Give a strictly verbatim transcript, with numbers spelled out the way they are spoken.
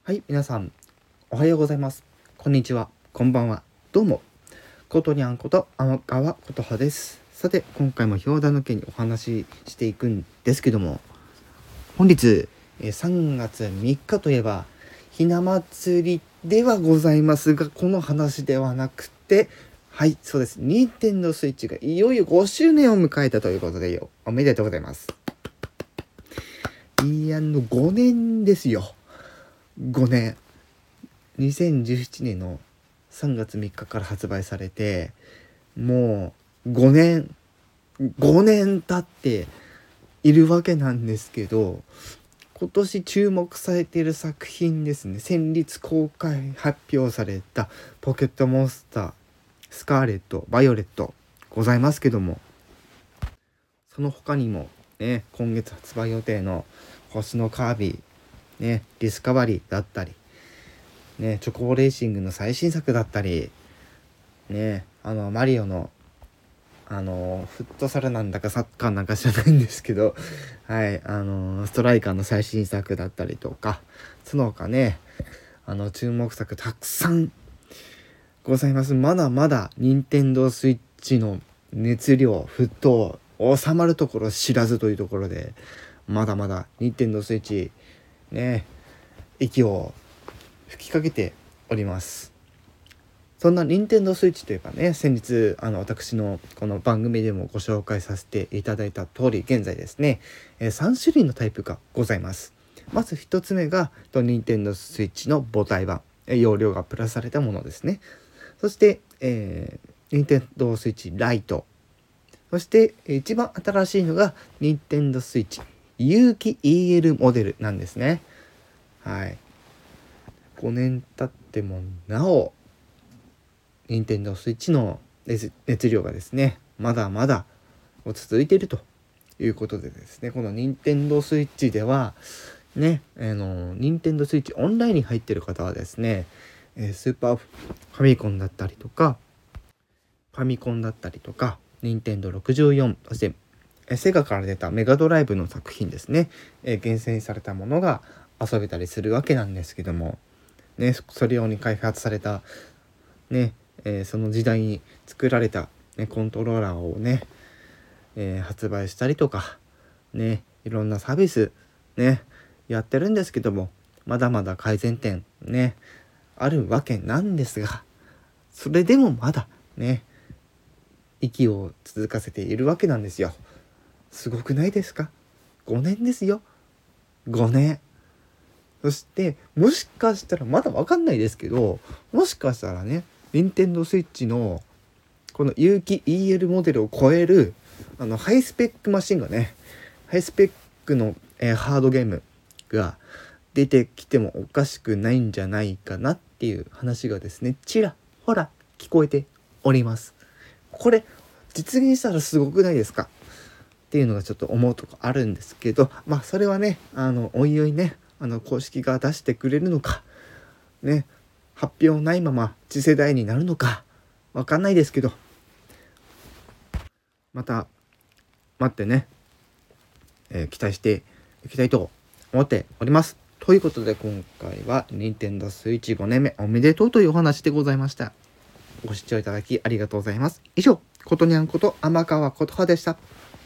はい、皆さんおはようございます。こんにちは、こんばんは。どうも、ことにゃんこと天川琴葉です。さて、今回も氷田の件にお話ししていくんですけども、本日えさんがつみっかといえばひな祭りではございますが、この話ではなくて、はい、そうです。任天堂スイッチがいよいよごしゅうねんを迎えたということでよ、おめでとうございます。いや、のごねんですよ。ごねん。にせんじゅうななねんのさんがつみっかから発売されて、もうごねんごねん経っているわけなんですけど、今年注目されている作品ですね。先日公開発表されたポケットモンスタースカーレットバイオレットございますけども、その他にもね、今月発売予定の星のカービィね、ディスカバリーだったりね、チョコレーシングの最新作だったりね、あのマリオのあのフットサルなんだかサッカーなんか知らないんですけど、はいあのストライカーの最新作だったりとか、その他ね、あの注目作たくさんございます。まだまだ任天堂スイッチの熱量沸騰収まるところ知らずというところで、まだまだ任天堂スイッチね、息を吹きかけております。そんな任天堂スイッチといえばね、先日あの私のこの番組でもご紹介させていただいた通り、現在ですね、えー、さんしゅるいのタイプがございます。まずひとつめが任天堂スイッチの母体版、容量がプラスされたものですね。そして、えー、任天堂スイッチライト、そして一番新しいのが任天堂スイッチ有機 イーエル モデルなんですね。はい、ごねん経ってもなお任天堂スイッチの 熱, 熱量がですね、まだまだ続いているということでですね、この任天堂スイッチではね、あの任天堂スイッチオンラインに入っている方はですね、スーパーファミコンだったりとかファミコンだったりとか任天堂ろくじゅうよん、そしてセガから出たメガドライブの作品ですね、えー、厳選されたものが遊べたりするわけなんですけどもね、それ用に開発されたね、えー、その時代に作られた、ね、コントローラーをね、えー、発売したりとかね、いろんなサービスねやってるんですけども、まだまだ改善点ねあるわけなんですが、それでもまだね息を続かせているわけなんですよ。すごくないですか？ごねんですよ。ごねん。そしてもしかしたらまだ分かんないですけど、もしかしたらね、任天堂スイッチのこの有機 イーエル モデルを超えるあのハイスペックマシンがね、ハイスペックの、えー、ハードゲームが出てきてもおかしくないんじゃないかなっていう話がですね、ちらほら聞こえております。これ実現したらすごくないですかっていうのがちょっと思うとこあるんですけど、まあそれはね、あのおいおいね、あの公式が出してくれるのかね、発表ないまま次世代になるのかわかんないですけど、また待ってね、えー、期待していきたいと思っております。ということで今回は任天堂スイッチごねんめおめでとうというお話でございました。ご視聴いただきありがとうございます。以上、ことにゃんこと天川琴葉でした。